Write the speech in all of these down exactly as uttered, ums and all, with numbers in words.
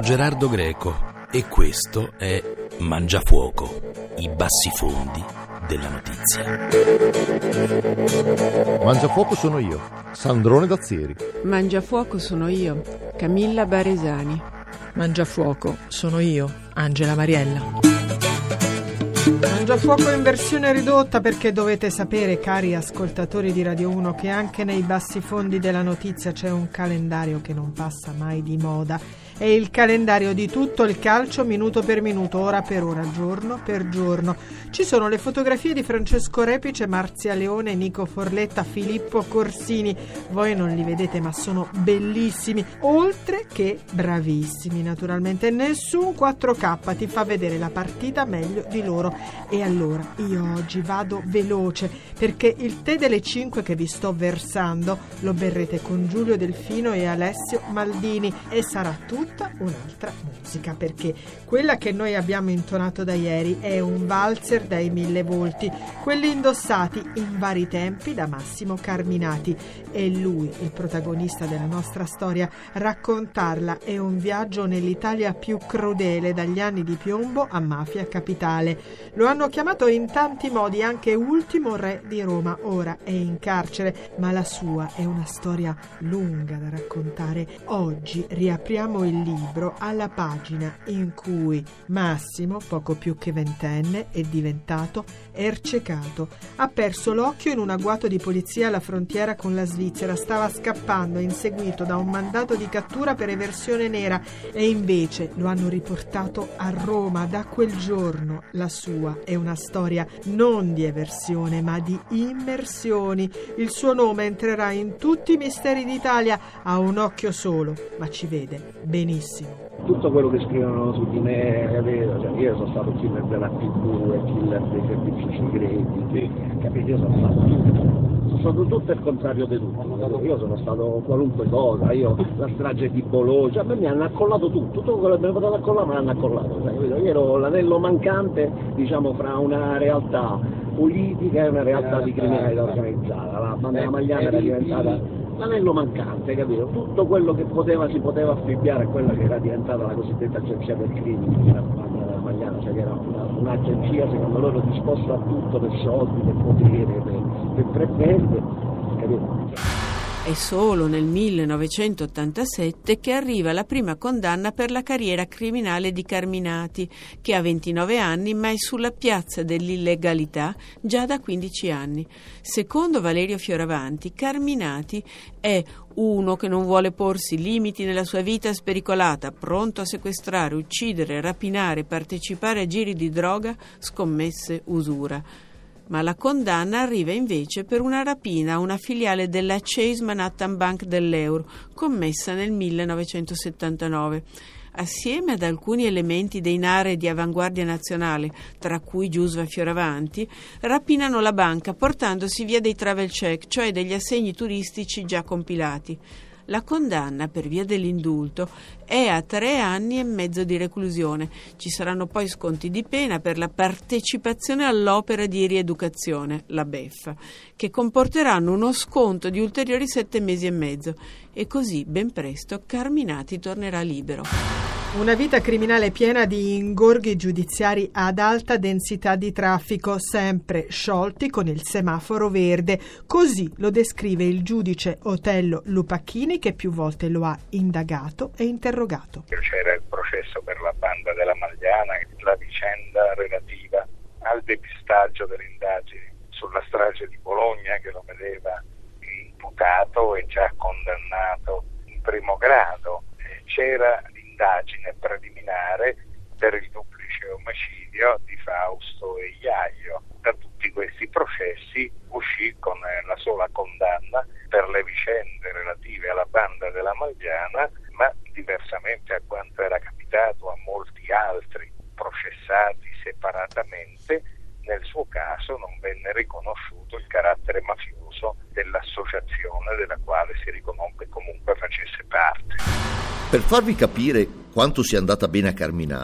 Gerardo Greco e questo è Mangiafuoco, i bassifondi della notizia. Mangiafuoco sono io, Sandrone Dazzieri. Mangiafuoco sono io, Camilla Baresani. Mangiafuoco sono io, Angela Mariella. Mangiafuoco in versione ridotta, perché dovete sapere, cari ascoltatori di Radio uno, che anche nei bassifondi della notizia c'è un calendario che non passa mai di moda. È il calendario di tutto il calcio, minuto per minuto, ora per ora, giorno per giorno. Ci sono le fotografie di Francesco Repice, Marzia Leone, Nico Forletta, Filippo Corsini. Voi non li vedete, ma sono bellissimi, oltre che bravissimi, naturalmente. Nessun quattro K ti fa vedere la partita meglio di loro. E allora io oggi vado veloce, perché il tè delle cinque che vi sto versando lo berrete con Giulio Delfino e Alessio Maldini, e sarà tutta un'altra musica, perché quella che noi abbiamo intonato da ieri è un valzer dai mille volti, quelli indossati in vari tempi da Massimo Carminati. È lui il protagonista della nostra storia. Raccontarla è un viaggio nell'Italia più crudele, dagli anni di piombo a Mafia Capitale. Lo hanno chiamato in tanti modi anche ultimo re di Roma. Ora è in carcere, ma la sua è una storia lunga da raccontare. Oggi riapriamo il libro alla pagina in cui Massimo, poco più che ventenne, è diventato ercecato. Ha perso l'occhio in un agguato di polizia alla frontiera con la Svizzera. Stava scappando, inseguito da un mandato di cattura per eversione nera, e invece lo hanno riportato a Roma. Da quel giorno la sua è una storia non di eversione, ma di immersioni. Il suo nome entrerà in tutti i misteri d'Italia. Ha un occhio solo, ma ci vede benissimo. Tutto quello che scrivono su di me è vero, cioè io sono stato killer della tivù e killer dei servizi segreti, capito? Io sono stato tutto, sono stato tutto il contrario di tutto, io sono stato qualunque cosa, io la strage di Bologna, cioè a me mi hanno accollato tutto, tutto quello che mi potevano accollare me l'hanno accollato, cioè, capito? Io ero l'anello mancante, diciamo, fra una realtà politica e una realtà di criminalità organizzata. La banda della Magliana era diventata l'anello mancante, capito? Tutto quello che poteva si poteva affibbiare a quella che era diventata la cosiddetta agenzia del crimine, che era la banda della Magliana, cioè che era una, un'agenzia secondo loro disposta a tutto, per soldi, per potere, per, per pretende, capito? È solo nel millenovecentottantasette che arriva la prima condanna per la carriera criminale di Carminati, che ha ventinove anni ma è sulla piazza dell'illegalità già da quindici anni. Secondo Valerio Fioravanti, Carminati è uno che non vuole porsi limiti nella sua vita spericolata, pronto a sequestrare, uccidere, rapinare, partecipare a giri di droga, scommesse, usura. Ma la condanna arriva invece per una rapina a una filiale della Chase Manhattan Bank dell'Euro, commessa nel millenovecentosettantanove. Assieme ad alcuni elementi dei N A R E di avanguardia nazionale, tra cui Giusva Fioravanti, rapinano la banca portandosi via dei travel check, cioè degli assegni turistici già compilati. La condanna, per via dell'indulto, è a tre anni e mezzo di reclusione. Ci saranno poi sconti di pena per la partecipazione all'opera di rieducazione, la beffa, che comporteranno uno sconto di ulteriori sette mesi e mezzo. E così, ben presto, Carminati tornerà libero. Una vita criminale piena di ingorghi giudiziari ad alta densità di traffico, sempre sciolti con il semaforo verde. Così lo descrive il giudice Otello Lupacchini, che più volte lo ha indagato e interrogato. C'era il processo per la banda della Magliana, la vicenda relativa al depistaggio delle indagini sulla strage di Bologna, che lo vedeva imputato e già condannato in primo grado. C'era indagine preliminare per il duplice omicidio di Fausto e Iaio. Da tutti questi processi uscì con la sola condanna per le vicende relative alla banda della Magliana, ma diversamente a quanto era capitato a molti altri processati separatamente, nel suo caso non venne riconosciuto il carattere mafioso dell'associazione della quale si riconobbe comunque facesse parte. Per farvi capire quanto sia andata bene a Carminati,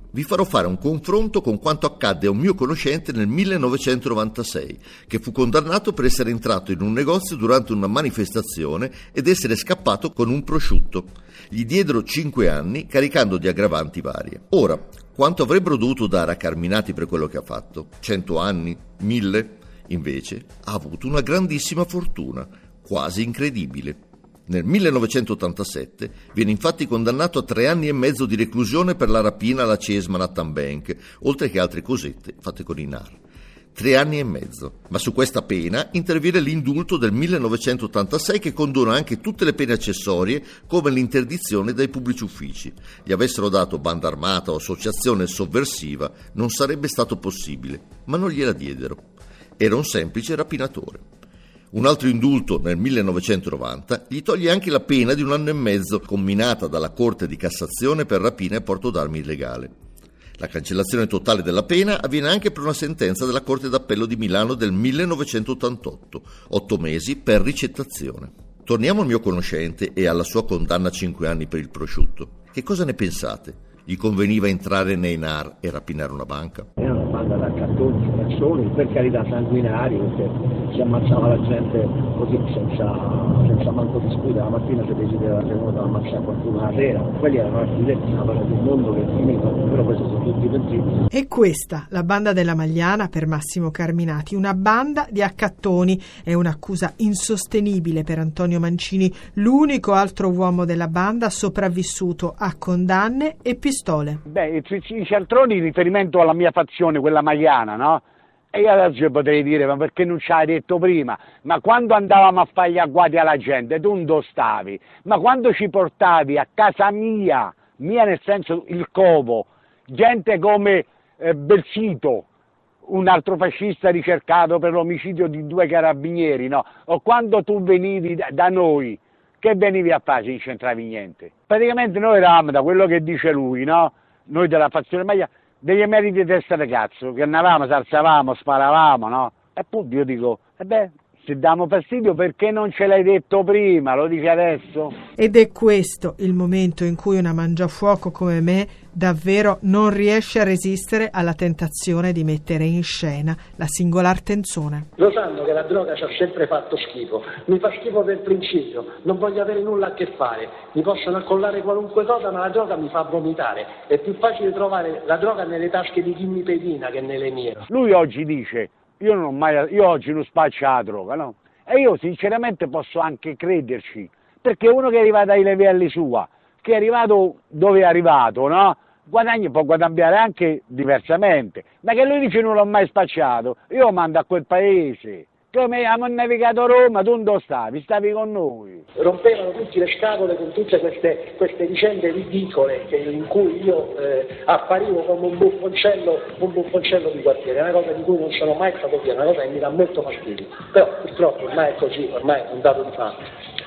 vi farò fare un confronto con quanto accadde a un mio conoscente nel millenovecentonovantasei, che fu condannato per essere entrato in un negozio durante una manifestazione ed essere scappato con un prosciutto. Gli diedero cinque anni, caricando di aggravanti varie. Ora, quanto avrebbero dovuto dare a Carminati per quello che ha fatto? Cento anni? Mille? Invece ha avuto una grandissima fortuna, quasi incredibile. Nel millenovecentottantasette viene infatti condannato a tre anni e mezzo di reclusione per la rapina alla C E S Manhattan Bank, oltre che altre cosette fatte con i N A R. Tre anni e mezzo. Ma su questa pena interviene l'indulto del millenovecentottantasei che condona anche tutte le pene accessorie, come l'interdizione dai pubblici uffici. Gli avessero dato banda armata o associazione sovversiva, non sarebbe stato possibile, ma non gliela diedero. Era un semplice rapinatore. Un altro indulto nel millenovecentonovanta gli toglie anche la pena di un anno e mezzo comminata dalla Corte di Cassazione per rapina e porto d'armi illegale. La cancellazione totale della pena avviene anche per una sentenza della Corte d'Appello di Milano del millenovecentottantotto, otto mesi per ricettazione. Torniamo al mio conoscente e alla sua condanna a cinque anni per il prosciutto. Che cosa ne pensate? Gli conveniva entrare nei N A R e rapinare una banca? Era una banda da cattosi, persone, per carità sanguinari, perché si ammazzava la gente così senza, senza manco discutere. La mattina si decideva che uno da ammazzare qualcuno la sera. Quelli erano architetti, una parola di un mondo che finiva, però questi sono tutti pensieri. E questa, la banda della Magliana per Massimo Carminati, una banda di accattoni, è un'accusa insostenibile per Antonio Mancini, l'unico altro uomo della banda sopravvissuto a condanne e pistole. Beh, i cialtroni in riferimento alla mia fazione, quella magliana, no? E io adesso potrei dire, ma perché non ci hai detto prima? Ma quando andavamo a fare gli agguati alla gente, tu non stavi? Ma quando ci portavi a casa mia, mia nel senso il covo, gente come eh, Belsito, un altro fascista ricercato per l'omicidio di due carabinieri, no? O quando tu venivi da, da noi, che venivi a fare se non c'entravi niente? Praticamente noi eravamo, da quello che dice lui, no? Noi della fazione magliana, degli emeriti di testa di cazzo, che andavamo, salzavamo, sparavamo, no? E appunto io dico, e beh, se diamo fastidio perché non ce l'hai detto prima, lo dici adesso? Ed è questo il momento in cui una mangiafuoco come me davvero non riesce a resistere alla tentazione di mettere in scena la singolar tenzone. Lo sanno che la droga ci ha sempre fatto schifo, mi fa schifo per principio, non voglio avere nulla a che fare, mi possono accollare qualunque cosa ma la droga mi fa vomitare, è più facile trovare la droga nelle tasche di chi mi pedina che nelle mie. Lui oggi dice, io non ho mai, io oggi non spaccio la droga, no? E io sinceramente posso anche crederci, perché uno che è arrivato ai livelli sua, che è arrivato dove è arrivato, no? Guadagna, può guadagnare anche diversamente, ma che lui dice non l'ho mai spacciato, io lo mando a quel paese. Come abbiamo navigato a Roma, tu non stavi, stavi con noi. Rompevano tutte le scatole con tutte queste, queste vicende ridicole che, in cui io eh, apparivo come un buffoncello, un buffoncello di quartiere, una cosa di cui non sono mai stato fiero, una cosa che mi dà molto fastidio. Però purtroppo ormai è così, ormai è un dato di fatto.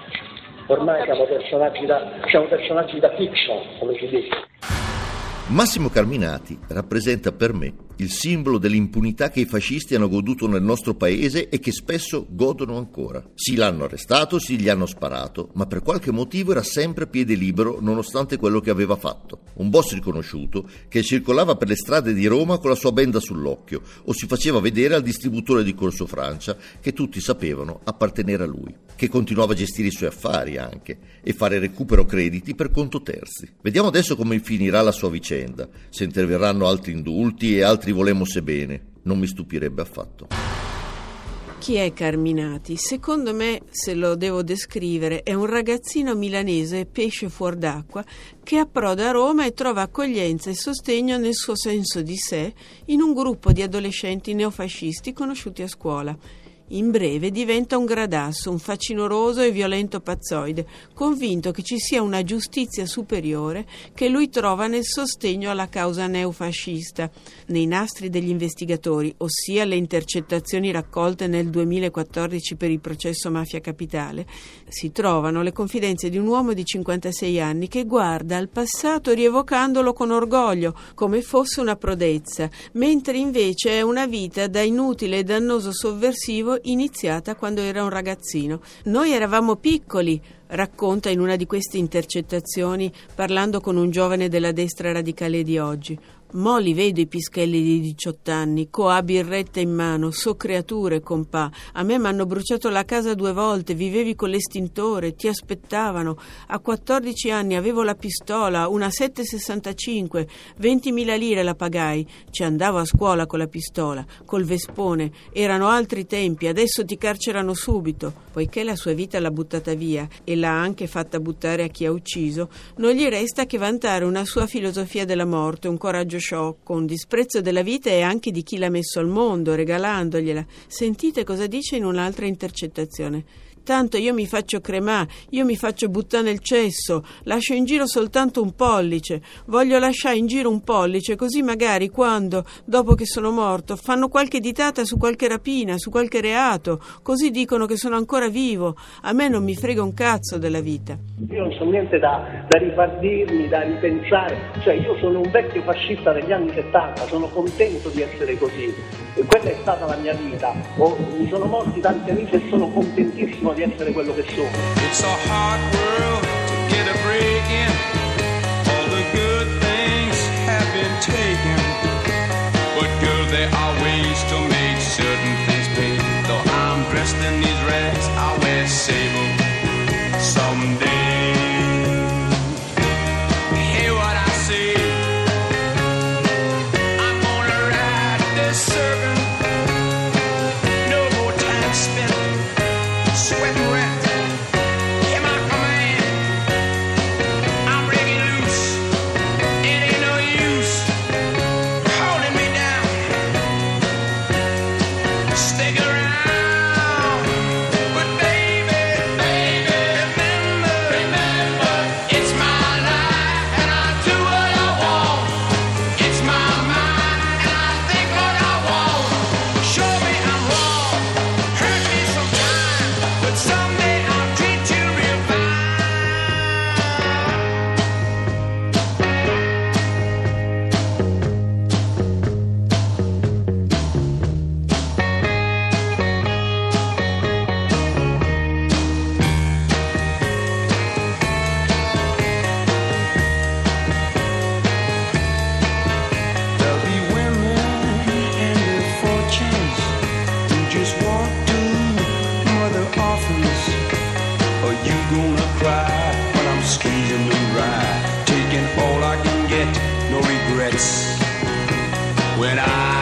Ormai siamo personaggi da, siamo personaggi da fiction, come si dice. Massimo Carminati rappresenta per me il simbolo dell'impunità che i fascisti hanno goduto nel nostro paese e che spesso godono ancora. Sì, l'hanno arrestato, sì, gli hanno sparato, ma per qualche motivo era sempre a piede libero nonostante quello che aveva fatto. Un boss riconosciuto che circolava per le strade di Roma con la sua benda sull'occhio o si faceva vedere al distributore di Corso Francia che tutti sapevano appartenere a lui, che continuava a gestire i suoi affari anche e fare recupero crediti per conto terzi. Vediamo adesso come finirà la sua vicenda, se interverranno altri indulti e altri volemos bene, non mi stupirebbe affatto. Chi è Carminati? Secondo me, se lo devo descrivere, è un ragazzino milanese pesce fuor d'acqua che approda a Roma e trova accoglienza e sostegno nel suo senso di sé in un gruppo di adolescenti neofascisti conosciuti a scuola. In breve diventa un gradasso, un facinoroso e violento pazzoide, convinto che ci sia una giustizia superiore che lui trova nel sostegno alla causa neofascista. Nei nastri degli investigatori, ossia le intercettazioni raccolte nel duemilaquattordici per il processo Mafia Capitale, si trovano le confidenze di un uomo di cinquantasei anni che guarda al passato rievocandolo con orgoglio, come fosse una prodezza, mentre invece è una vita da inutile e dannoso sovversivo iniziata quando era un ragazzino. Noi eravamo piccoli, racconta in una di queste intercettazioni parlando con un giovane della destra radicale di oggi. Mo li vedo i pischelli di diciotto anni, coa birretta in mano, so creature, compà. A me m'hanno bruciato la casa due volte, vivevi con l'estintore, ti aspettavano. A quattordici anni avevo la pistola, una sette sessantacinque, ventimila lire la pagai. Ci andavo a scuola con la pistola, col vespone. Erano altri tempi, adesso ti carcerano subito. Poiché la sua vita l'ha buttata via e l'ha anche fatta buttare a chi ha ucciso, non gli resta che vantare una sua filosofia della morte, un coraggio sciocco, un disprezzo della vita e anche di chi l'ha messo al mondo, regalandogliela. Sentite cosa dice in un'altra intercettazione. Tanto io mi faccio cremà, io mi faccio buttare nel cesso, lascio in giro soltanto un pollice, voglio lasciare in giro un pollice, così magari quando, dopo che sono morto, fanno qualche ditata su qualche rapina, su qualche reato, così dicono che sono ancora vivo. A me non mi frega un cazzo della vita. Io non so niente da, da ripardirmi, da ripensare, cioè io sono un vecchio fascista degli anni settanta, sono contento di essere così, e quella è stata la mia vita. Oh, mi sono morti tanti amici e sono contentissimo di essere quello che sono. It's a hard world to get a break in. All the good things have been taken, but girl, there are ways to make certain things pay. Though I'm dressed in these rags, I'll wear sable someday. Hear what I say, I'm gonna ride this serpent. No more time spent sweating rent. Hear my command, I'm breaking loose. It ain't no use holding me down. Stick around, but baby, baby, remember, remember, it's my life and I do what I want. It's my mind and I think what I want. Show me I'm wrong, hurt me sometime, but someday I'll treat you real fine. There'll be women and their fortunes who just want to mother orphans. Are you gonna cry when I'm squeezing the ride, taking all I can get, no regrets? When I